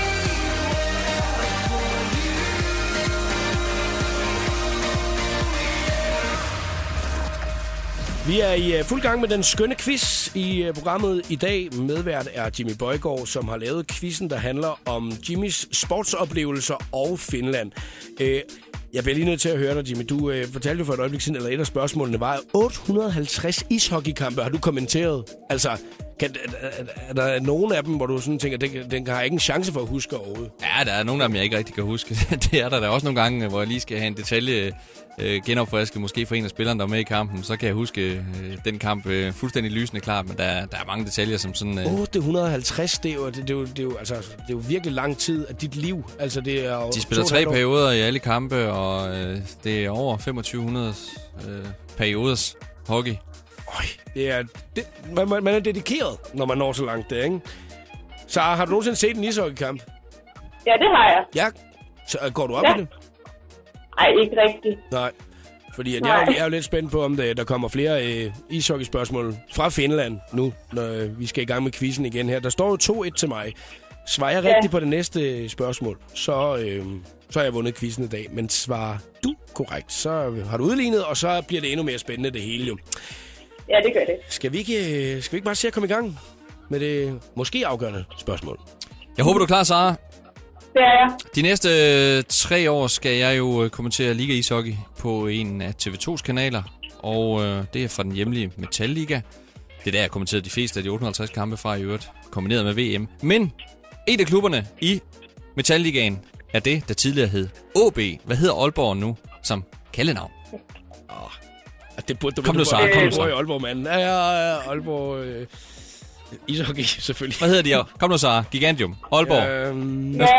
Vi er i uh, fuld gang med den skønne quiz i uh, programmet i dag. Medvært er Jimmy Bøjgaard, som har lavet quizzen, der handler om Jimmys sportsoplevelser og Finland. Uh, jeg bliver lige nødt til at høre dig, Jimmy. Du uh, fortalte jo for et øjeblik siden, eller et af spørgsmålene var, otte hundrede og halvtreds ishockeykampe har du kommenteret. Altså, kan, er, er, er der nogen af dem, hvor du sådan tænker, den, den har ikke en chance for at huske overhovedet? Ja, der er nogle af dem, jeg ikke rigtig kan huske. Det er der. Der er også nogle gange, hvor jeg lige skal have en detalje øh, genopfrisket, måske for en af spillerne, der er med i kampen. Så kan jeg huske øh, den kamp øh, fuldstændig lysende klart, men der, der er mange detaljer, som sådan... Øh, otte hundrede og halvtreds, det er, jo, det, det, er jo, det, er jo, altså, det er jo virkelig lang tid af dit liv. Altså, det er jo de spiller to tre år. perioder i alle kampe, og øh, det er over femogtyve hundrede øh, perioders hockey. Øj, det er, det, man, man man er dedikeret, når man når så langt der, ikke? Så har du nogensinde set en ishockeykamp? Ja, det har jeg. Ja. Så øh, går du op Ja. i det? Ej, ikke rigtigt. Nej. Fordi at Nej. jeg, er jo- jeg er jo lidt spændt på, om der, der kommer flere øh, ishockeyspørgsmål fra Finland nu, når øh, vi skal i gang med quizzen igen her. Der står jo to et til mig. Svarer jeg Ja. rigtigt på det næste spørgsmål, så, øh, så har jeg vundet quizzen i dag. Men svarer du korrekt, så har du udlignet, og så bliver det endnu mere spændende det hele jo. Ja, det gør det. Skal vi ikke, øh, skal vi ikke bare se at komme i gang med det måske afgørende spørgsmål? Jeg håber, du er klar, Sara. Det er jeg. De næste øh, tre år skal jeg jo øh, kommentere Liga Ishockey på en af T V to's kanaler. Og øh, det er fra den hjemlige Metal Liga. Det er der, jeg kommenterede de fleste af de otteoghalvtreds kampe fra i øvrigt, kombineret med V M. Men en af klubberne i Metal Ligaen er det, der tidligere hed O B. Hvad hedder Aalborg nu som kaldenavn? Oh, det burde du kom nu, Sara. Kom nu, Sara. I Aalborg, mand. Ja, ja, ja, Aalborg... Øh, ishockey, selvfølgelig. Hvad hedder de her? Kom nu, Sara. Gigantium. Aalborg. Øhm, Ja,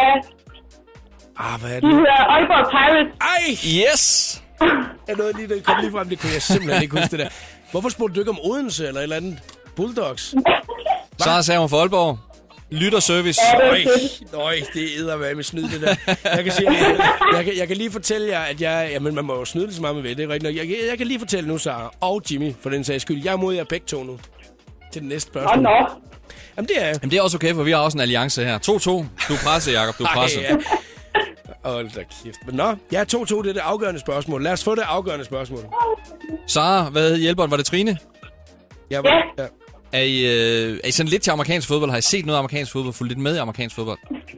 ah, hvad er de det? hedder Aalborg Pirates. Ej! Yes! Jeg nåede lige, det kom lige frem. Det kunne jeg simpelthen ikke huske det der. Hvorfor spurgte du ikke om Odense eller et eller andet? Bulldogs? Sara sagde hun for Aalborg. Lytterservice. Nøj, nøj, det er eddermame snyd, det der. Jeg kan, sige, jeg, jeg, kan, jeg kan lige fortælle jer, at jeg... Jamen, man må jo snyde det så meget med ved, det er rigtigt nok. Jeg, jeg, jeg kan lige fortælle nu, Sara og Jimmy, for den sags skyld. Jeg er mod jer begge to nu. Til den næste spørgsmål. Åh, nå. Jamen, det er... Jamen, det er også okay, for vi har også en alliance her. to to. Du er presset, Jacob. Du er presset. Ej, ja. Hold da kæft. Men nå, ja, to to, det er det afgørende spørgsmål. Lad os få det afgørende spørgsmål. Sara, hvad hed hjælperen? Var det Trine? Jeg var, ja. Er I, øh, er I sådan lidt til amerikansk fodbold? Har I set noget amerikansk fodbold? Fulgt lidt med i amerikansk fodbold?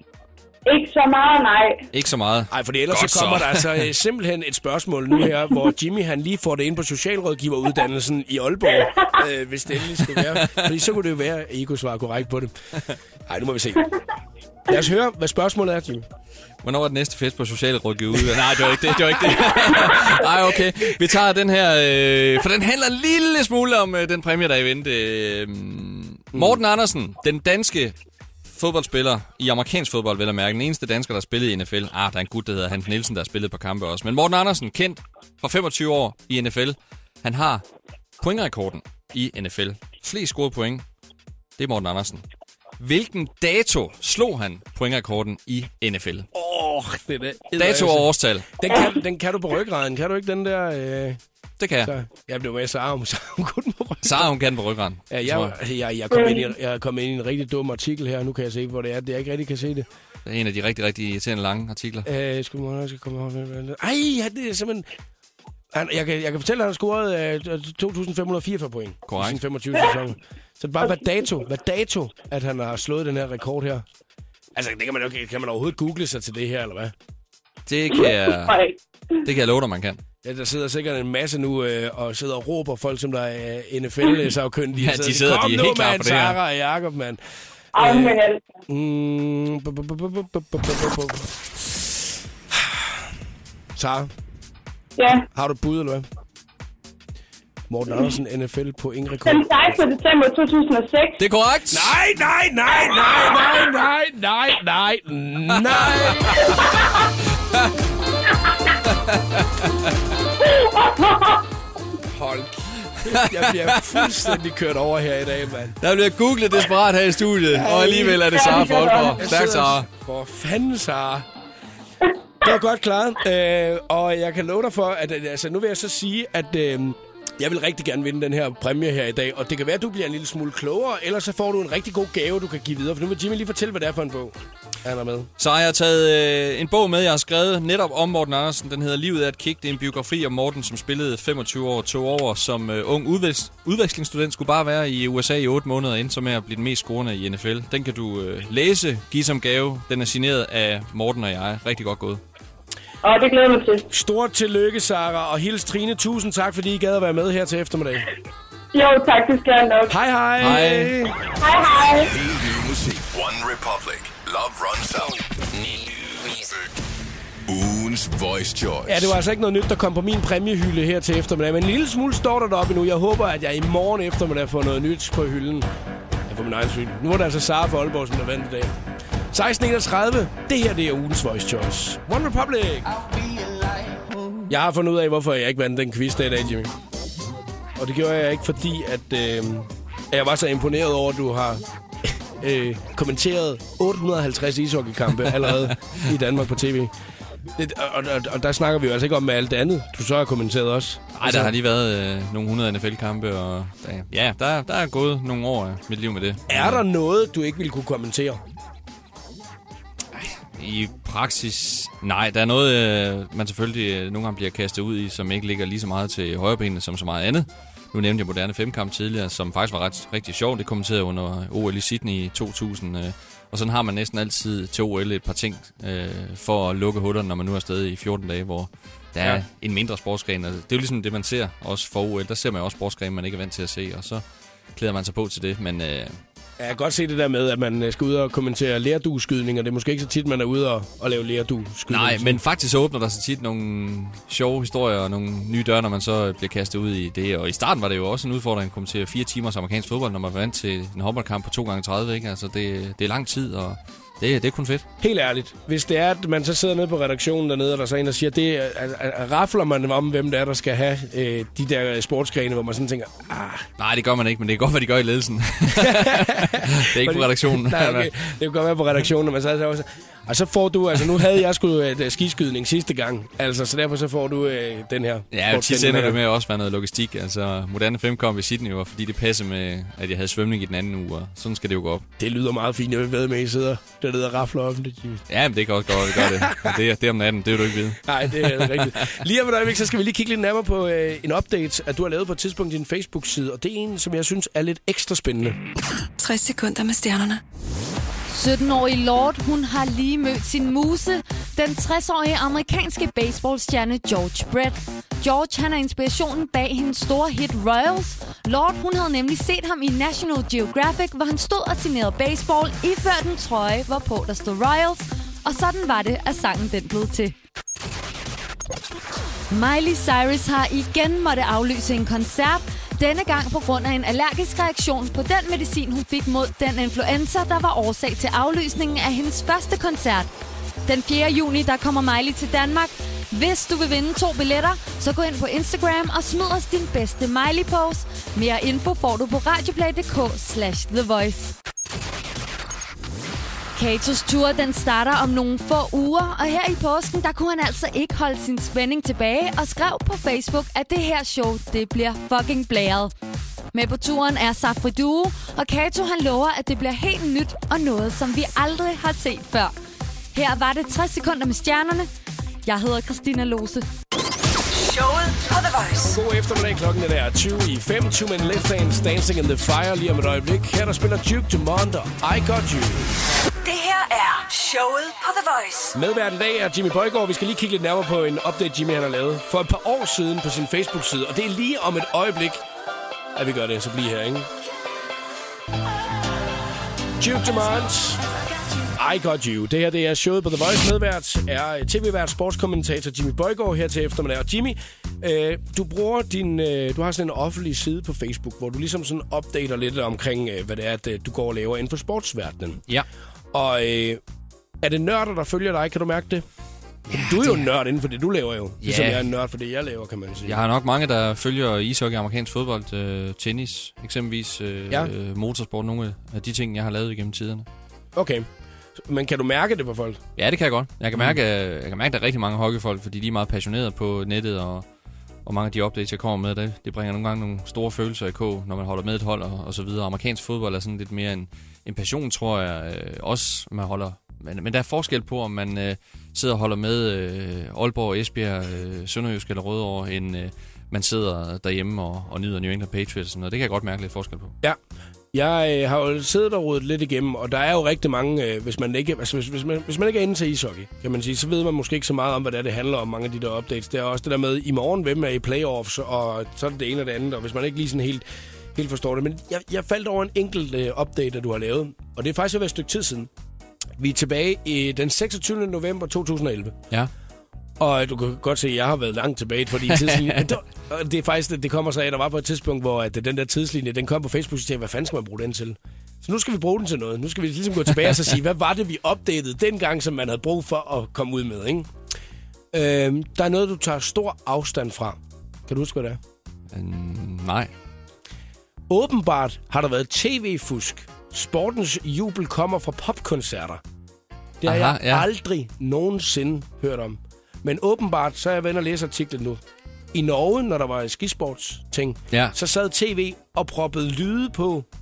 Ikke så meget, nej. Ikke så meget. Nej, for ellers Godt så kommer så. der altså øh, simpelthen et spørgsmål nu her, hvor Jimmy han lige får det ind på socialrådgiveruddannelsen i Aalborg, øh, hvis det endelig skulle være. Fordi så kunne det jo være, at I kunne svare korrekt på det. Nej, nu må vi se. Lad os høre, hvad spørgsmålet er, Jimmy. Hvornår er den næste fest på socialrådgiveruddannelsen? Nej, det var ikke det. Det var ikke det. Ej, okay. Vi tager den her, øh, for den handler en lille smule om øh, den præmie, der er i vente. Øh, Morten Andersen, den danske fodboldspiller i amerikansk fodbold, vel at mærke. Den eneste dansker, der har spillet i N F L. Ah, der er en gut, der hedder Hans Nielsen, der har spillet på kampe også. Men Morten Andersen, kendt for femogtyve år i N F L. Han har pointrekorden i N F L. Flest scorede point. Det er Morten Andersen. Hvilken dato slog han pointrekorden i N F L? Åh, oh, det er det. Dato og årstal. Den kan, den kan du på ryggraden. Kan du ikke den der... Øh... Det kan jeg. Så, jeg blev med Sara, hun kunne den på ryggraden. Sara, hun kan den på ryggraden. Ja, jeg, jeg, jeg, jeg, kom ind i, jeg kom ind i en rigtig dum artikel her. Nu kan jeg se, hvor det er. Det er ikke rigtig kan se det. Det er en af de rigtig, rigtig irriterende lange artikler. Øh, skal man også komme over? Ej, det er simpelthen... Han, jeg, kan, jeg kan fortælle, at han har scoret øh, to tusind fem hundrede og fireogfyrre point. Korrekt. I sin femogtyve sæson. Så det er bare, hvad dato, hvad dato, at han har slået den her rekord her. Altså, det kan man, jo, kan man overhovedet google sig til det her, eller hvad? Det kan jeg, det kan jeg love dig, man kan. Ja, der sidder sikkert en masse nu øh, og sidder og råber folk, som der er N F L-sagkyndige. Ja, de sidder, Kom de er nu, helt klar man, for det her. Sara og Jacob, mand. Ej, men altså. Mm, bu- bu- bu- bu- bu- bu- bu- bu- bu- Sara, Ja. har du et bud, eller hvad? Morten Andersen, N F L på ingen rekord. Den sekstende december to tusind og seks. Det er korrekt. Nej, nej, nej, nej, nej, nej, nej, nej, nej. Hold kæft, jeg bliver fuldstændig kørt over her i dag, mand. Der bliver googlet desperat her i studiet, og alligevel er det Sara for Aalborg. Jeg Stærk, sidder- Sara. For fanden, Sara. Det var godt klaret, øh, og jeg kan love dig for, at øh, altså, nu vil jeg så sige, at øh, jeg vil rigtig gerne vinde den her præmie her i dag, og det kan være, at du bliver en lille smule klogere, ellers så får du en rigtig god gave, du kan give videre, for nu vil Jimmy lige fortælle, hvad det er for en bog, han er med. Så har jeg taget øh, en bog med, jeg har skrevet netop om Morten Andersen. Den hedder Livet er et kick. Det er en biografi om Morten, som spillede femogtyve år, to år som øh, ung udveks- udvekslingsstudent. Skulle bare være i U S A i otte måneder, inden så med at blive den mest scorende i N F L. Den kan du øh, læse, give som gave. Den er signeret af Morten og jeg. Rigtig godt gået. Og det glæder mig til. Stort tillykke, Sara, og hils Trine. Tusind tak, fordi I gad at være med her til eftermiddag. Jo, tak, det skal jeg nok. Hej, hej. Hej. Hej, hej. Helt ny musik. One Republic. Love runs out. Ugens Voice Choice. Ja, det var altså ikke noget nyt, der kom på min præmiehylde her til eftermiddag. Men en lille smule står der deroppe nu. Jeg håber, at jeg i morgen eftermiddag får noget nyt på hylden. Ja, på min egen hylde. Nu er det altså Sara for Aalborg, som der vandt i dag. seksten enogtredive. Det her, det er ugens Voice Choice. One Republic. Jeg har fundet ud af, hvorfor jeg ikke vandt den quiz der i dag, Jimmy. Og det gjorde jeg ikke, fordi at, øh, at jeg var så imponeret over, at du har øh, kommenteret otte hundrede og halvtreds ishockeykampe allerede i Danmark på tv. Det, og, og, og der snakker vi jo altså ikke om med alt det andet, du så har kommenteret også. Nej, der har lige været øh, nogle hundrede N F L-kampe, og der, ja, der, der er gået nogle år af mit liv med det. Er der noget, du ikke ville kunne kommentere? I praksis, nej. Der er noget, øh, man selvfølgelig øh, nogle gange bliver kastet ud i, som ikke ligger lige så meget til højrebenene som så meget andet. nu nævnte jeg moderne femkamp tidligere, som faktisk var ret, rigtig sjov. Det kommenterede under O L i Sydney i to tusind. Øh, og sådan har man næsten altid til O L et par ting øh, for at lukke hullerne, når man nu er afsted i fjorten dage, hvor der er ja. en mindre sportsgren. Det er jo ligesom det, man ser også for O L. Der ser man jo også sportsgren, man ikke er vant til at se, og så klæder man sig på til det. Men øh, jeg kan godt se det der med, at man skal ud og kommentere lerdueskydning, og det er måske ikke så tit, man er ude og, og lave lerdueskydning. Nej, men faktisk åbner der så tit nogle sjove historier og nogle nye døre, når man så bliver kastet ud i det. Og i starten var det jo også en udfordring at kommentere fire timers amerikansk fodbold, når man var vant til en håndboldkamp på to gange tredive. Ikke? Altså, det, det er lang tid, og det, det er kun fedt. Helt ærligt. Hvis det er, at man så sidder nede på redaktionen dernede, og der så er en, der siger, det er, at, rafler man om, hvem det er, der skal have øh, de der sportsgrene, hvor man sådan tænker, ah. Nej, det gør man ikke, men det kan godt være, de gør i ledelsen. Det er ikke på redaktionen. Nej, okay. Det kan godt være på redaktionen, men så er det også. Og så får du, altså nu havde jeg sgu et skiskydning sidste gang, altså så derfor så får du øh, den her. Ja, og tit ender det med også være noget logistik, altså moderne femkamp i Sydney var, fordi det passede med, at jeg havde svømning i den anden uge, og sådan skal det jo gå op. Det lyder meget fint, jeg vil ved med, at I sidder dernede og rafler offentligt. Ja, men det kan også godt, det gør det. Det er, det er om natten, det vil du ikke vide. Nej, det er rigtigt. Lige om et øjeblik, så skal vi lige kigge lidt nærmere på øh, en update, at du har lavet på et tidspunkt i din Facebook-side, og det er en, som jeg synes er lidt ekstra spændende. tres sekunder med stjernerne. sytten-årige Lord, hun har lige mødt sin muse, den tres-årige amerikanske baseballstjerne George Brett. George, han er inspirationen bag hendes store hit Royals. Lord, hun havde nemlig set ham i National Geographic, hvor han stod og signerede baseball, iført en trøje, hvorpå der stod Royals. Og sådan var det, at sangen den blev til. Miley Cyrus har igen måtte aflyse en koncert. Denne gang på grund af en allergisk reaktion på den medicin, hun fik mod den influenza, der var årsag til aflysningen af hendes første koncert. Den fjerde juni, der kommer Miley til Danmark. Hvis du vil vinde to billetter, så gå ind på Instagram og smid os din bedste Miley-pose. Mere info får du på radioplay punktum dk slash the voice. Katos tur, den starter om nogle få uger, og her i påsken, der kunne han altså ikke holde sin spænding tilbage og skrev på Facebook, at det her show, det bliver fucking blæret. Med på turen er Safri Duo, og Kato han lover, at det bliver helt nyt og noget, som vi aldrig har set før. Her var det tres sekunder med stjernerne. Jeg hedder Christina Lose. Showet på The Voice. God eftermiddag, klokken er tyve i fem. Two Men Left Hands, Dancing in the Fire. Lige om et øjeblik. Her der spiller Duke Dumont og I Got You. Det her er showet på The Voice. Medvært i dag er Jimmy Bøjgaard. Vi skal lige kigge lidt nærmere på en update, Jimmy han har lavet for et par år siden på sin Facebook-side. Og det er lige om et øjeblik, at vi gør det. Så bliv her, ikke? Duke Dumont. I Got You. Det her, det er showet på The Voice. Medvært er tv-vært, sportskommentator Jimmy Bøjgaard her til eftermiddag. Og Jimmy, øh, du bruger din, øh, du har sådan en offentlig side på Facebook, hvor du ligesom sådan updater lidt omkring, øh, hvad det er, at øh, du går og laver inden for sportsverdenen. Ja. Og øh, er det nørder, der følger dig? Kan du mærke det? Ja, du er jo det... nørd inden for det, du laver jo. Ja. Ligesom jeg er en nørd for det, jeg laver, kan man sige. Jeg har nok mange, der følger ishockey, amerikansk fodbold, øh, tennis, eksempelvis øh, ja. øh, motorsport, nogle af de ting, jeg har lavet igennem tiderne. Okay. Men kan du mærke det på folk? Ja, det kan jeg godt. Jeg kan mærke, jeg kan mærke at der er rigtig mange hockeyfolk, fordi de er meget passionerede på nettet, og, og mange af de updates, jeg kommer med, det, det bringer nogle gange nogle store følelser i kog, når man holder med et hold og, og så videre. Amerikansk fodbold er sådan lidt mere en, en passion, tror jeg, øh, også man holder. Men, men der er forskel på, om man øh, sidder og holder med øh, Aalborg, Esbjerg, øh, Sønderjysk eller Rødovre, end øh, man sidder derhjemme og, og nyder New England Patriots. Og det kan jeg godt mærke lidt forskel på. Ja. Jeg øh, har jo siddet og rodet lidt igennem, og der er jo rigtig mange, øh, hvis, man ikke, altså, hvis, hvis, man, hvis man ikke er inde til ishockey, kan man sige, så ved man måske ikke så meget om, hvad det, er, det handler om, mange af de der updates. Det er også det der med, i morgen, hvem er i playoffs, og så er det det ene og det andet, og hvis man ikke lige sådan helt, helt forstår det. Men jeg, jeg faldt over en enkelt øh, update, der du har lavet, og det er faktisk jo været et stykke tid siden. Vi er tilbage i den seksogtyvende november to tusind og elleve. Ja. Og du kan godt se, at jeg har været langt tilbage på de tidslinjer. Det er faktisk, det kommer så af, at der var på et tidspunkt, hvor at den der tidslinje, den kom på Facebook, og tænkte, hvad fanden skal man bruge den til? Så nu skal vi bruge den til noget. Nu skal vi ligesom gå tilbage og så sige, hvad var det, vi opdatede dengang, som man havde brug for at komme ud med, ikke? Øhm, der er noget, du tager stor afstand fra. Kan du huske, hvad det er? Mm, nej. Åbenbart har der været tv-fusk. Sportens jubel kommer fra popkoncerter. Det har Aha, jeg ja. aldrig nogensinde hørt om. Men åbenbart, så er jeg ved at læse artiklen nu. I Norge, når der var skisports-ting, ja. så sad tv og proppede lyde på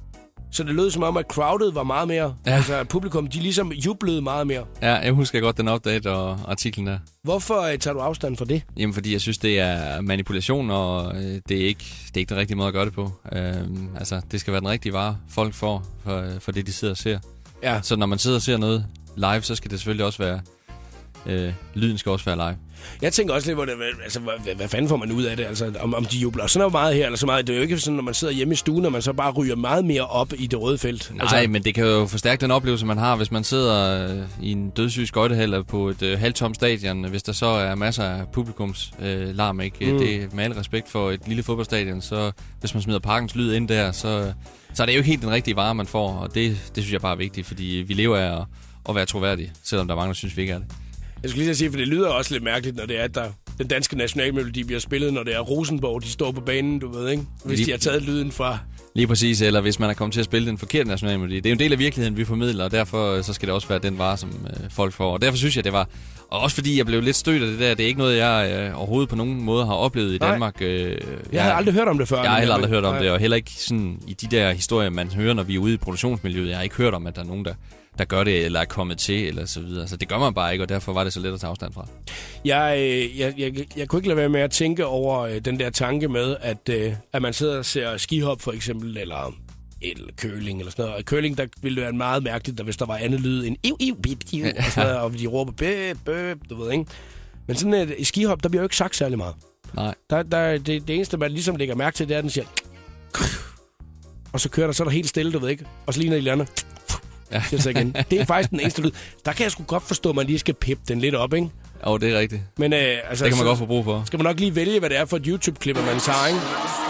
Så det lød som om, at crowdet var meget mere. Ja. Altså publikum, de ligesom jublede meget mere. Ja, jeg husker godt den update og artiklen der. Hvorfor øh, tager du afstand fra det? Jamen, fordi jeg synes, det er manipulation, og øh, det, er ikke, det er ikke den rigtige måde at gøre det på. Øh, altså, det skal være den rigtige vare, folk får for, for det, de sidder og ser. Ja. Så når man sidder og ser noget live, så skal det selvfølgelig også være... Øh, lyden skal også være live. Jeg tænker også lidt, hvor det, altså, hvad, hvad fanden får man ud af det? Altså, om, om de jubler sådan noget meget her, eller så meget. Det er jo ikke sådan, når man sidder hjemme i stuen, og man så bare ryger meget mere op i det røde felt. Nej, altså, men det kan jo forstærke den oplevelse, man har, hvis man sidder øh, i en dødssyg skøjtehal på et øh, halvtomt stadion, hvis der så er masser af publikums øh, larm, ikke? Mm. Det med al respekt for et lille fodboldstadion, så hvis man smider parkens lyd ind der, så, så er det jo ikke helt den rigtige vare, man får, og det, det synes jeg bare er vigtigt, fordi vi lever af at, at være troværdige, selvom der er mange, der synes, vi ikke er det. Jeg skulle lige sige, for det lyder også lidt mærkeligt, når det er, at der, den danske nationalmelodi bliver spillet, når det er Rosenborg, de står på banen, du ved, ikke? Hvis lige, de har taget lyden fra... Lige præcis, eller hvis man er kommet til at spille den forkerte nationalmelodi. Det er jo en del af virkeligheden, vi formidler, og derfor så skal det også være den vare, som øh, folk får. Og derfor synes jeg, det var... Og også fordi jeg blev lidt stødt af det der. Det er ikke noget, jeg øh, overhovedet på nogen måde har oplevet i Nej. Danmark. Øh, jeg, jeg har aldrig hørt om det før. Jeg har heller aldrig hørt om Nej. det, og heller ikke sådan i de der historier, man hører, når vi er ude i produktionsmiljøet. Jeg har ikke hørt om, at der er nogen, der... der gør det, eller er kommet til, eller så videre. Så det gør man bare ikke, og derfor var det så let at tage afstand fra. Jeg, jeg, jeg, jeg kunne ikke lade være med at tænke over øh, den der tanke med, at, øh, at man sidder og ser skihop for eksempel, eller eller curling, eller sådan noget. Og curling, der ville det være meget mærkeligt, hvis der var andet lyd end iv, iv, bip, iv, og sådan noget, og de råber bøp, bøp, du ved, ikke? Men sådan et, i skihop, der bliver jo ikke sagt særlig meget. Nej. Der, der, det, det eneste, man ligesom lægger mærke til, det er, at den siger... Og så kører der, så er der helt stille, du ved ikke? Og så ligner de andre... Ja. Igen. Det er faktisk den eneste lyd. Der kan jeg sgu godt forstå, at man lige skal pippe den lidt op, ikke? Jo, det er rigtigt. Men, øh, altså, det kan man godt få brug for. Skal man nok lige vælge, hvad det er for et YouTube-klip, man tager, ikke?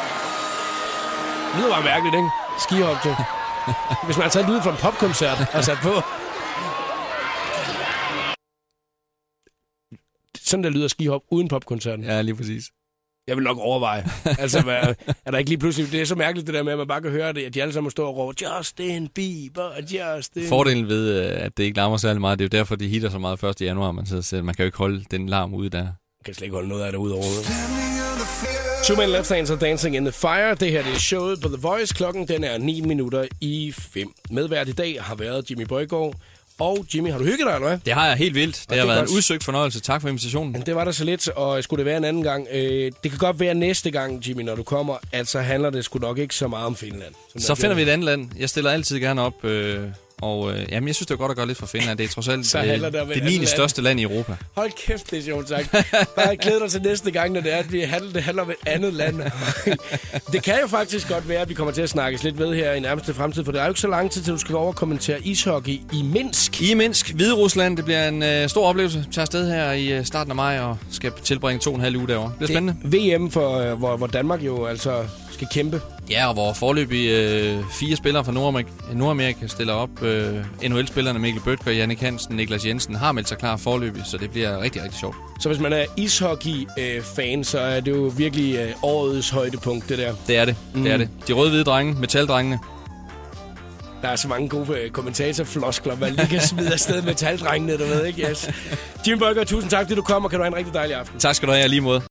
Det lyder bare mærkeligt, ikke? Skihop til. Hvis man har taget lyd fra en popkoncert og sat på. Sådan der lyder skihop uden popkoncerten. Ja, lige præcis. Jeg vil nok overveje. Altså, hvad, er der ikke lige pludselig... Det er så mærkeligt, det der med, at man bare kan høre det, at de alle sammen må stå og råbe, Justin Bieber, Justin... Fordelen ved, at det ikke larmer særlig meget, det er jo derfor, de hitter så meget første januar. Man, sidder, man kan jo ikke holde den larm ude der. Man kan slet ikke holde noget af det ude over. Two Men Left Hands og Dancing in the Fire. Det her det er showet på The Voice. Klokken den er ni minutter i fem. Medvært i dag har været Jimmy Bøjgaard. Og Jimmy, har du hygget dig, eller hvad? Det har jeg helt vildt. Det, det har været godt. En udsøgt fornøjelse. Tak for invitationen. Men det var der så lidt, og skulle det være en anden gang. Øh, det kan godt være næste gang, Jimmy, når du kommer. Altså handler det sgu nok ikke så meget om Finland. Så finder vi et andet land. Jeg stiller altid gerne op... Øh Og øh, jamen, jeg synes, det er godt at gøre lidt for Finland. Det er trods alt øh, det, det niende største land i Europa. Hold kæft, det er sjovt sagt. Bare glæder dig til næste gang, når det er, at vi handler, det handler om et andet land. Det kan jo faktisk godt være, at vi kommer til at snakkes lidt ved her i nærmeste fremtid, for det er jo ikke så lang tid, til du skal over og kommentere ishockey i Minsk. I Minsk, Hvide Rusland. Det bliver en øh, stor oplevelse. Jeg tager afsted her i øh, starten af maj og skal tilbringe to og en halv uge derovre. Det er spændende. V M, for, øh, hvor, hvor Danmark jo altså skal kæmpe. Ja, og hvor forløbig øh, fire spillere fra Nordamerika, Nordamerika stiller op. Øh, N H L-spillerne Mikkel Bødker, Jannik Hansen, Niklas Jensen har meldt sig klar forløbig, så det bliver rigtig, rigtig sjovt. Så hvis man er ishockey-fan, øh, så er det jo virkelig øh, årets højdepunkt, det der. Det er det, mm. det er det. De røde-hvide drenge, metaldrengene. Der er så mange gode øh, kommentatorfloskler, man lige kan smide afsted metaldrengene, du ved ikke? Yes. Jimmy Bøjgaard, tusind tak, fordi du kom, og kan du have en rigtig dejlig aften. Tak skal du have, lige måde.